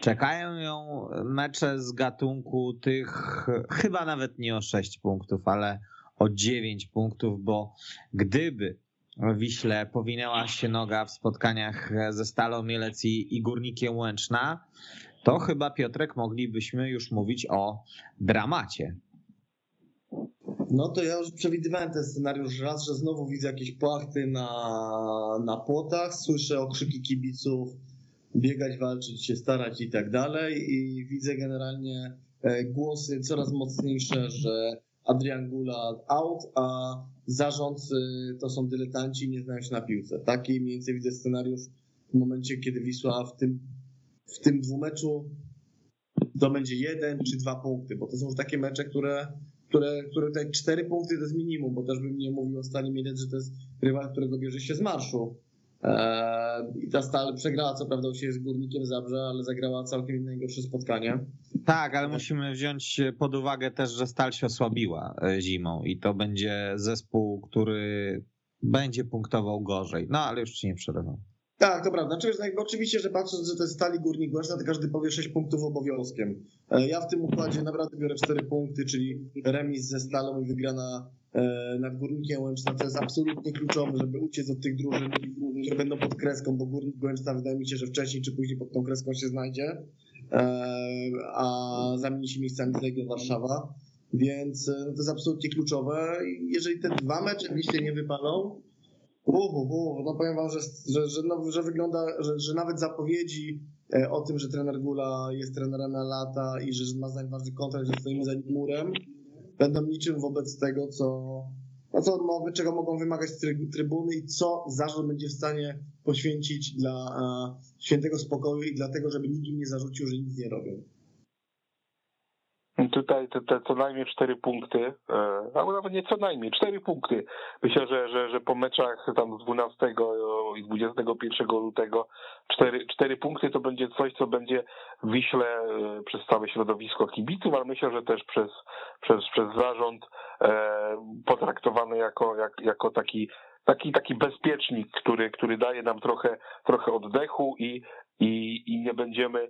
Czekają ją mecze z gatunku tych chyba nawet nie o 6 punktów, ale o 9 punktów, bo gdyby Wiśle powinęła się noga w spotkaniach ze Stalą Mielec i Górnikiem Łęczna, to chyba, Piotrek, moglibyśmy już mówić o dramacie. No to ja już przewidywałem ten scenariusz raz, że znowu widzę jakieś płachty na płotach, słyszę okrzyki kibiców, biegać, walczyć się, starać i tak dalej i widzę generalnie głosy coraz mocniejsze, że Adrian Gula out, a zarząd to są dyletanci i nie znają się na piłce. Taki mniej więcej widzę scenariusz w momencie, kiedy Wisła w tym dwumeczu to będzie 1 czy 2 punkty, bo to są już takie mecze, które tutaj 4 punkty to jest minimum, bo też bym nie mówił o Stali Mielec, że to jest rywal, którego bierze się z marszu. I ta Stal przegrała co prawda u siebie z Górnikiem Zabrze, ale zagrała całkiem inne gorsze spotkanie. Tak, ale musimy wziąć pod uwagę też, że Stal się osłabiła zimą i to będzie zespół, który będzie punktował gorzej. No ale już ci nie przerywam. Tak, to prawda. Oczywiście, że patrząc, że to jest Stali Górnik Łęczna, to każdy powie 6 punktów obowiązkiem. Ja w tym układzie naprawdę biorę 4 punkty, czyli remis ze Stalą i wygrana nad Górnikiem Łęczna. To jest absolutnie kluczowe, żeby uciec od tych drużyn, które będą pod kreską, bo Górnik Łęczna wydaje mi się, że wcześniej czy później pod tą kreską się znajdzie, a zamieni się miejscami z Legią Warszawa. Więc to jest absolutnie kluczowe. Jeżeli te 2 mecze Wiśle nie wypalą, no powiem wam, że wygląda, że nawet zapowiedzi o tym, że trener Gula jest trenerem na lata i że ma za ważny kontrakt, że stoimy za nim murem, będą niczym wobec tego, czego mogą wymagać trybuny i co zarząd będzie w stanie poświęcić dla świętego spokoju i dlatego, żeby nikt im nie zarzucił, że nic nie robią. Tutaj te co najmniej 4 punkty, albo nawet nie co najmniej, 4 punkty. Myślę, że po meczach tam z 12 i 21 lutego 4 punkty to będzie coś, co będzie w Wiśle przez całe środowisko kibiców, ale myślę, że też przez zarząd potraktowane jako taki bezpiecznik, który daje nam trochę oddechu i nie będziemy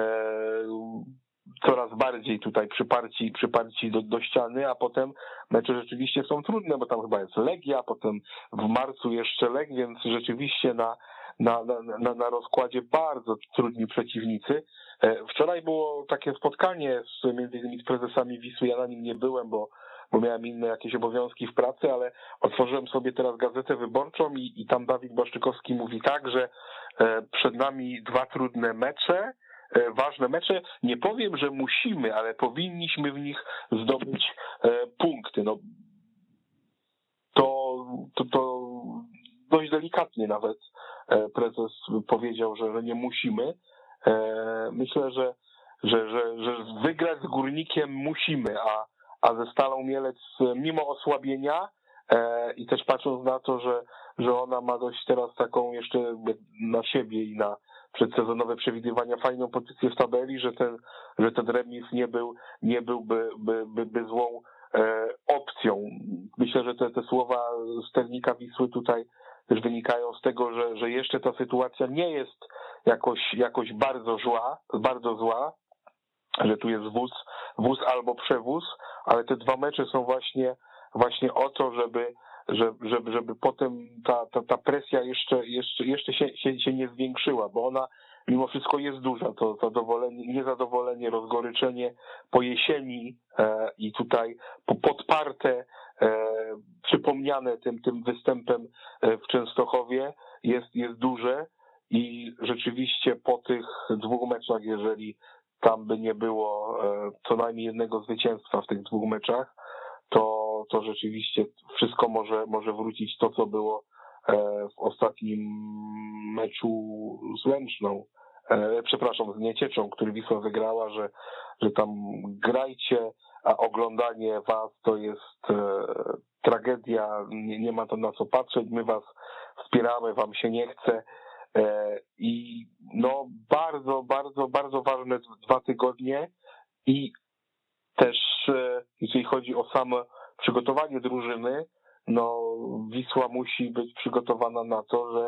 coraz bardziej tutaj przyparci do ściany, a potem mecze rzeczywiście są trudne, bo tam chyba jest Legia, potem w marcu jeszcze Lech, więc rzeczywiście na rozkładzie bardzo trudni przeciwnicy. Wczoraj było takie spotkanie między innymi z prezesami Wisły, ja na nim nie byłem, bo miałem inne jakieś obowiązki w pracy, ale otworzyłem sobie teraz Gazetę Wyborczą i tam Dawid Błaszczykowski mówi tak, że przed nami 2 trudne mecze, ważne mecze. Nie powiem, że musimy, ale powinniśmy w nich zdobyć punkty. No, to dość delikatnie nawet prezes powiedział, że nie musimy. Myślę, że wygrać z Górnikiem musimy, a ze Stalą Mielec mimo osłabienia i też patrząc na to, że ona ma dość teraz taką jeszcze na siebie i na przedsezonowe przewidywania fajną pozycję w tabeli, że ten remis nie byłby złą opcją. Myślę, że te słowa sternika Wisły tutaj też wynikają z tego, że jeszcze ta sytuacja nie jest jakoś bardzo zła, że tu jest wóz albo przewóz, ale te 2 mecze są właśnie o to, żeby potem ta presja jeszcze się nie zwiększyła, bo ona mimo wszystko jest duża. To zadowolenie, niezadowolenie, rozgoryczenie po jesieni i tutaj podparte, przypomniane tym występem w Częstochowie jest duże i rzeczywiście po tych 2 meczach, jeżeli tam by nie było co najmniej jednego zwycięstwa w tych 2 meczach, to rzeczywiście wszystko może wrócić to, co było w ostatnim meczu z Łęczną, z Niecieczą, który Wisła wygrała, że tam grajcie, a oglądanie was to jest tragedia, nie ma to na co patrzeć, my was wspieramy, wam się nie chce. I no bardzo, bardzo, bardzo ważne 2 tygodnie i też jeżeli chodzi o samo przygotowanie drużyny, no Wisła musi być przygotowana na to,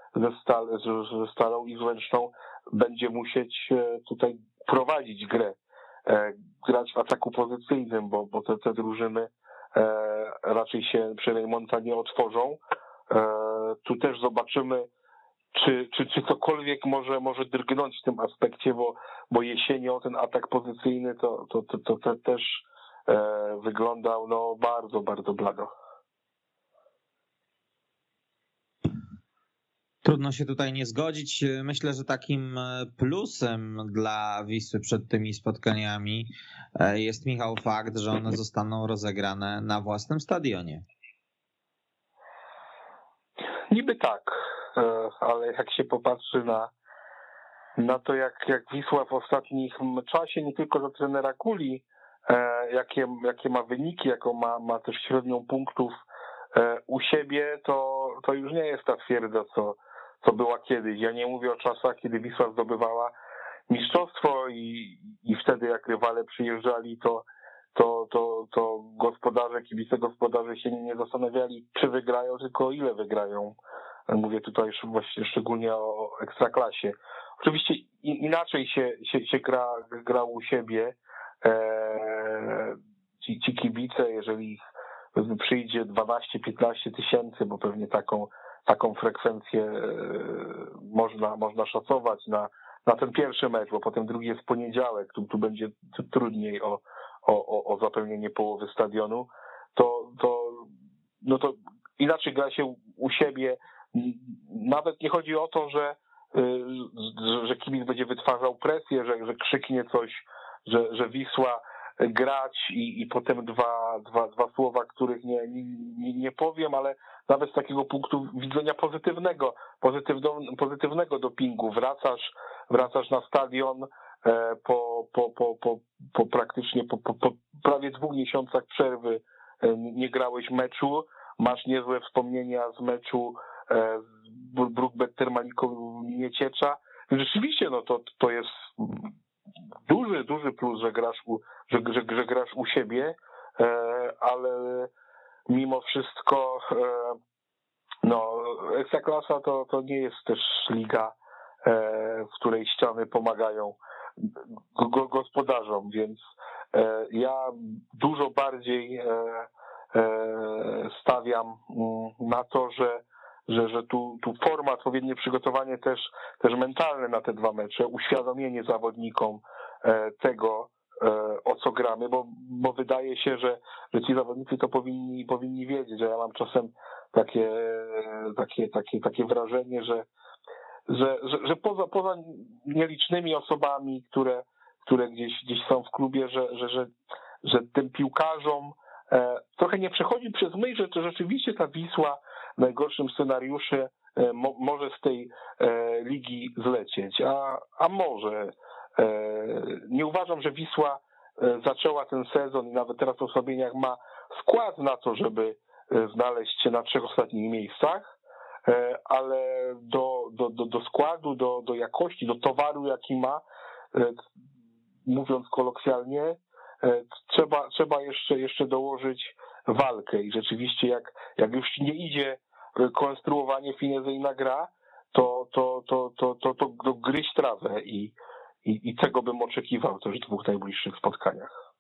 ze Stalą i z Łęczną będzie musieć tutaj prowadzić grę, grać w ataku pozycyjnym, bo te drużyny raczej się przy Reymonta nie otworzą. Tu też zobaczymy, czy cokolwiek może drgnąć w tym aspekcie, bo jesienią ten atak pozycyjny to też wyglądał bardzo, bardzo blado. Trudno się tutaj nie zgodzić. Myślę, że takim plusem dla Wisły przed tymi spotkaniami jest, Michał, fakt, że one zostaną rozegrane na własnym stadionie. Niby tak, ale jak się popatrzy na to, jak Wisła w ostatnim czasie, nie tylko za trenera Kuli, jakie ma wyniki, jaką ma też średnią punktów u siebie, to już nie jest ta twierdza, co była kiedyś. Ja nie mówię o czasach, kiedy Wisła zdobywała mistrzostwo i wtedy jak rywale przyjeżdżali, to gospodarze, kibice gospodarze się nie zastanawiali, czy wygrają, tylko ile wygrają. Mówię tutaj już właśnie szczególnie o Ekstraklasie. Oczywiście inaczej się gra u siebie. Ci kibice, jeżeli ich przyjdzie 12-15 tysięcy, bo pewnie taką frekwencję można szacować na ten pierwszy mecz, bo potem drugi jest w poniedziałek, tu będzie trudniej o zapełnienie połowy stadionu, to inaczej gra się u siebie. Nawet nie chodzi o to, że kibic będzie wytwarzał presję, że krzyknie coś, że Wisła grać i potem dwa słowa, których nie powiem, ale nawet z takiego punktu widzenia pozytywnego dopingu. Wracasz na stadion po praktycznie po prawie 2 miesiącach przerwy, nie grałeś meczu, masz niezłe wspomnienia z meczu z Brookbet Termaliką Nieciecza. Rzeczywiście to jest duży plus, że grasz u siebie, ale mimo wszystko Ekstraklasa to nie jest też liga, w której ściany pomagają gospodarzom, więc ja dużo bardziej stawiam na to, że tu forma, odpowiednie przygotowanie też mentalne na te 2 mecze, uświadomienie zawodnikom tego, o co gramy, bo wydaje się, że ci zawodnicy to powinni wiedzieć, że ja mam czasem takie wrażenie, że poza nielicznymi osobami, które gdzieś są w klubie, że tym piłkarzom trochę nie przechodzi przez myśl, że to rzeczywiście ta Wisła w najgorszym scenariuszu może z tej ligi zlecieć, a może. Nie uważam, że Wisła zaczęła ten sezon i nawet teraz w osłabieniach ma skład na to, żeby znaleźć się na 3 ostatnich miejscach, ale do składu, do jakości, do towaru, jaki ma, mówiąc kolokwialnie, trzeba jeszcze dołożyć walkę i rzeczywiście jak już nie idzie konstruowanie, finezyjna gra, to gryź trawę i tego bym oczekiwał też w 2 najbliższych spotkaniach.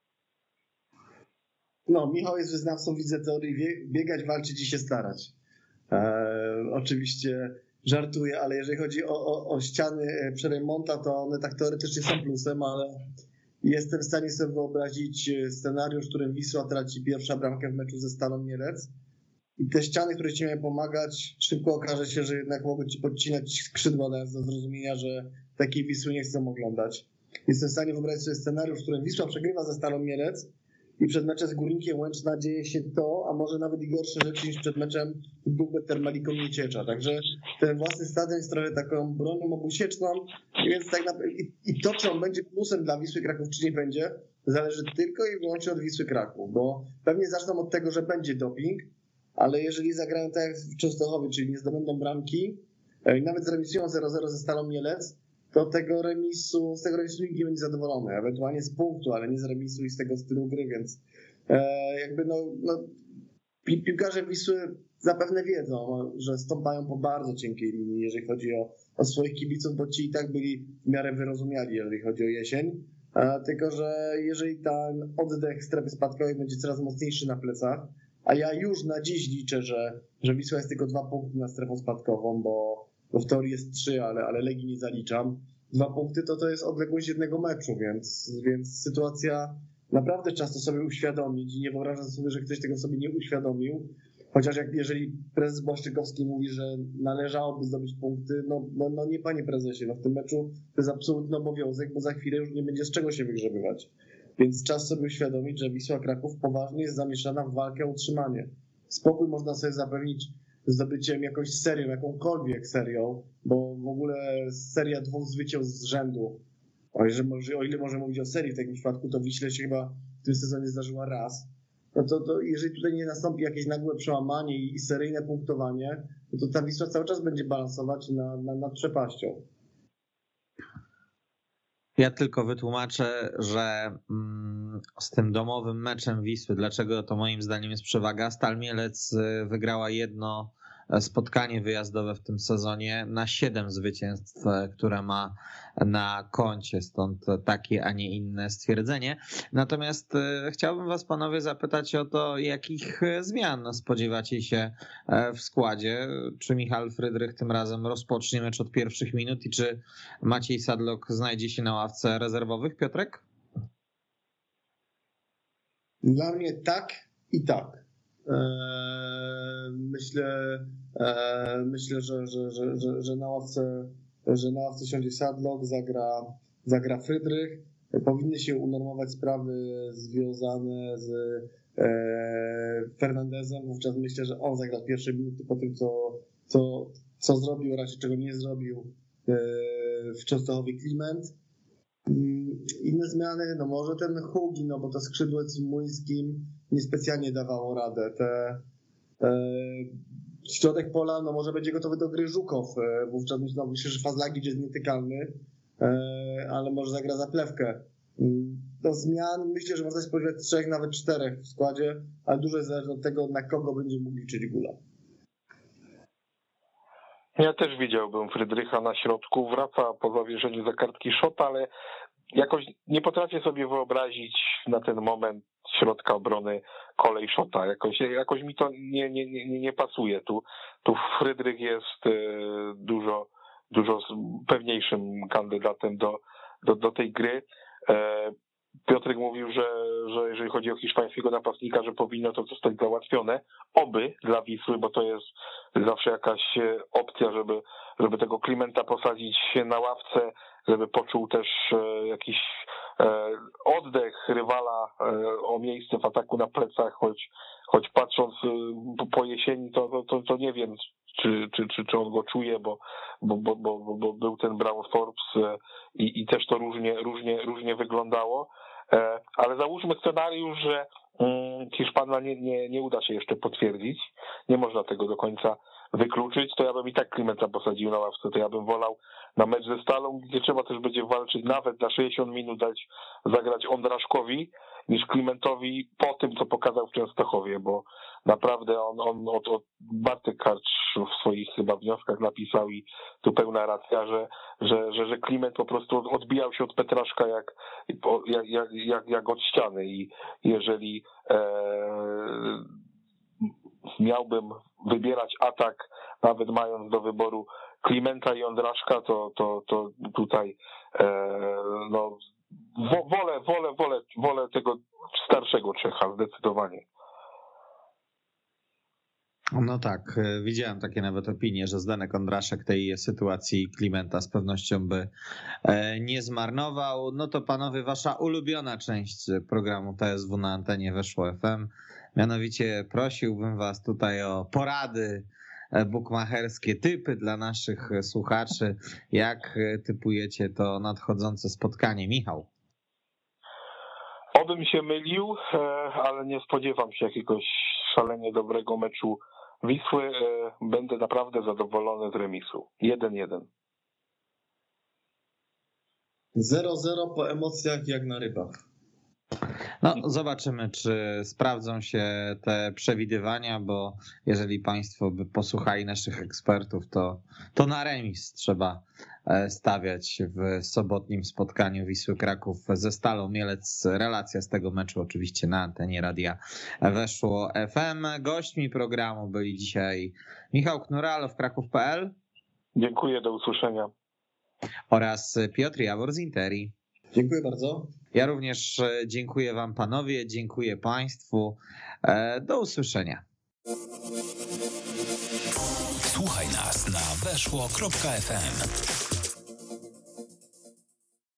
Michał jest wyznawcą, widzę, teorii biegać, walczyć i się starać. Oczywiście żartuję, ale jeżeli chodzi o ściany Reymonta, to one tak teoretycznie są plusem, ale jestem w stanie sobie wyobrazić scenariusz, w którym Wisła traci pierwsza bramkę w meczu ze Stalą Mielec i te ściany, które ci mają pomagać, szybko okaże się, że jednak mogą ci podcinać skrzydła, dając do zrozumienia, że takiej Wisły nie chcą oglądać. Jestem w stanie wyobrazić sobie scenariusz, w którym Wisła przegrywa ze Stalą Mielec i przed meczem z Górnikiem Łęczna dzieje się to, a może nawet i gorsze rzeczy niż przed meczem z Brookbet Termaliką Nieciecza. Także ten własny stadion jest trochę taką bronią obusieczną, więc tak naprawdę i to, czy on będzie plusem dla Wisły Kraków, czy nie będzie, zależy tylko i wyłącznie od Wisły Kraków, bo pewnie zaczną od tego, że będzie doping, ale jeżeli zagrają tak jak w Częstochowie, czyli nie zdobędą bramki, i nawet zremisują 0-0 ze Stalą Mielec, to z tego remisu nikt nie będzie zadowolony, ewentualnie z punktu, ale nie z remisu i z tego stylu gry, więc Piłkarze Wisły zapewne wiedzą, że stąpają po bardzo cienkiej linii, jeżeli chodzi o swoich kibiców, bo ci i tak byli w miarę wyrozumiali, jeżeli chodzi o jesień. Tylko że jeżeli ten oddech strefy spadkowej będzie coraz mocniejszy na plecach, a ja już na dziś liczę, że Wisła jest tylko 2 punkty na strefą spadkową, bo w teorii jest 3, ale Legii nie zaliczam. 2 punkty to jest odległość jednego meczu, więc sytuacja naprawdę czas to sobie uświadomić i nie wyobrażam sobie, że ktoś tego sobie nie uświadomił. Chociaż jeżeli prezes Błaszczykowski mówi, że należałoby zdobyć punkty, no nie, panie prezesie, w tym meczu to jest absolutny obowiązek, bo za chwilę już nie będzie z czego się wygrzebywać. Więc czas sobie uświadomić, że Wisła Kraków poważnie jest zamieszana w walkę o utrzymanie. Spokój można sobie zapewnić zdobyciem jakąś serią, jakąkolwiek serią, bo w ogóle seria 2 zwycięstw z rzędu, o ile można mówić o serii w takim przypadku, to Wiśle się chyba w tym sezonie zdarzyła raz. No to jeżeli tutaj nie nastąpi jakieś nagłe przełamanie i seryjne punktowanie, no to ta Wisła cały czas będzie balansować nad przepaścią. Ja tylko wytłumaczę, że z tym domowym meczem Wisły, dlaczego to moim zdaniem jest przewaga. Stal Mielec wygrała jedno spotkanie wyjazdowe w tym sezonie na 7 zwycięstw, które ma na koncie, stąd takie, a nie inne stwierdzenie. Natomiast chciałbym was, panowie, zapytać o to, jakich zmian spodziewacie się w składzie. Czy Michał Frydrych tym razem rozpocznie mecz od pierwszych minut i czy Maciej Sadlok znajdzie się na ławce rezerwowych, Piotrek? Dla mnie tak i tak. Myślę, że na ławce siądzie Sadlok, zagra Frydrych. Powinny się unormować sprawy związane z Fernandezem. Wówczas myślę, że on zagra pierwsze minuty po tym, co zrobił, a raczej czego nie zrobił w Częstochowie Kliment. Inne zmiany, no może ten Hugi, no bo to skrzydło z Młyńskim niespecjalnie dawało radę. Środek pola, no może będzie gotowy do gry Żukow. Wówczas myślę, że Fazlagicz jest nietykalny, ale może zagra Zaplewkę. Do zmian myślę, że można się spodziewać 3, nawet 4 w składzie, ale dużo jest zależne od tego, na kogo będzie mógł liczyć Gula. Ja też widziałbym Frydrycha na środku. Wraca po zawieszeniu za kartki Szota, ale jakoś nie potrafię sobie wyobrazić na ten moment środka obrony kolej Szota. Jakoś mi to nie pasuje. Tu Frydrych jest dużo pewniejszym kandydatem do tej gry. Piotrek mówił, że jeżeli chodzi o hiszpańskiego napastnika, że powinno to zostać załatwione. Oby dla Wisły, bo to jest zawsze jakaś opcja, żeby tego Klimenta posadzić na ławce, żeby poczuł też jakiś oddech rywala o miejsce w ataku na plecach, choć patrząc po jesieni, to nie wiem, czy on go czuje, bo był ten Brown Forbes i też to różnie wyglądało. Ale załóżmy scenariusz, że Hiszpana nie uda się jeszcze potwierdzić, nie można tego do końca wykluczyć, to ja bym i tak Klimenta posadził na ławce, to ja bym wolał na mecz ze Stalą, gdzie trzeba też będzie walczyć nawet na 60 minut dać zagrać Ondraszkowi, niż Klimentowi po tym, co pokazał w Częstochowie, bo naprawdę on Bartek Karcz w swoich chyba wnioskach napisał i tu pełna racja, że Kliment po prostu odbijał się od Petraszka jak od ściany i jeżeli miałbym wybierać atak, nawet mając do wyboru Klimenta i Ondraszka, to tutaj no wolę tego starszego Czecha zdecydowanie. No tak, widziałem takie nawet opinie, że Zdenek Ondraszek tej sytuacji Klimenta z pewnością by nie zmarnował. No to panowie, wasza ulubiona część programu TSW na antenie Weszło FM. Mianowicie prosiłbym was tutaj o porady bukmacherskie, typy dla naszych słuchaczy. Jak typujecie to nadchodzące spotkanie? Michał? Obym się mylił, ale nie spodziewam się jakiegoś szalenie dobrego meczu Wisły. Będę naprawdę zadowolony z remisu. 1-1. 0-0 po emocjach jak na rybach. No, zobaczymy, czy sprawdzą się te przewidywania, bo jeżeli państwo by posłuchali naszych ekspertów, to na remis trzeba stawiać w sobotnim spotkaniu Wisły Kraków ze Stalą Mielec. Relacja z tego meczu oczywiście na antenie Radia Weszło FM. Gośćmi programu byli dzisiaj Michał Knuralow, Kraków.pl. Dziękuję, do usłyszenia. Oraz Piotr Jawor z Interi. Dziękuję bardzo. Ja również dziękuję wam, panowie, dziękuję państwu. Do usłyszenia. Słuchaj nas na weszło.fm.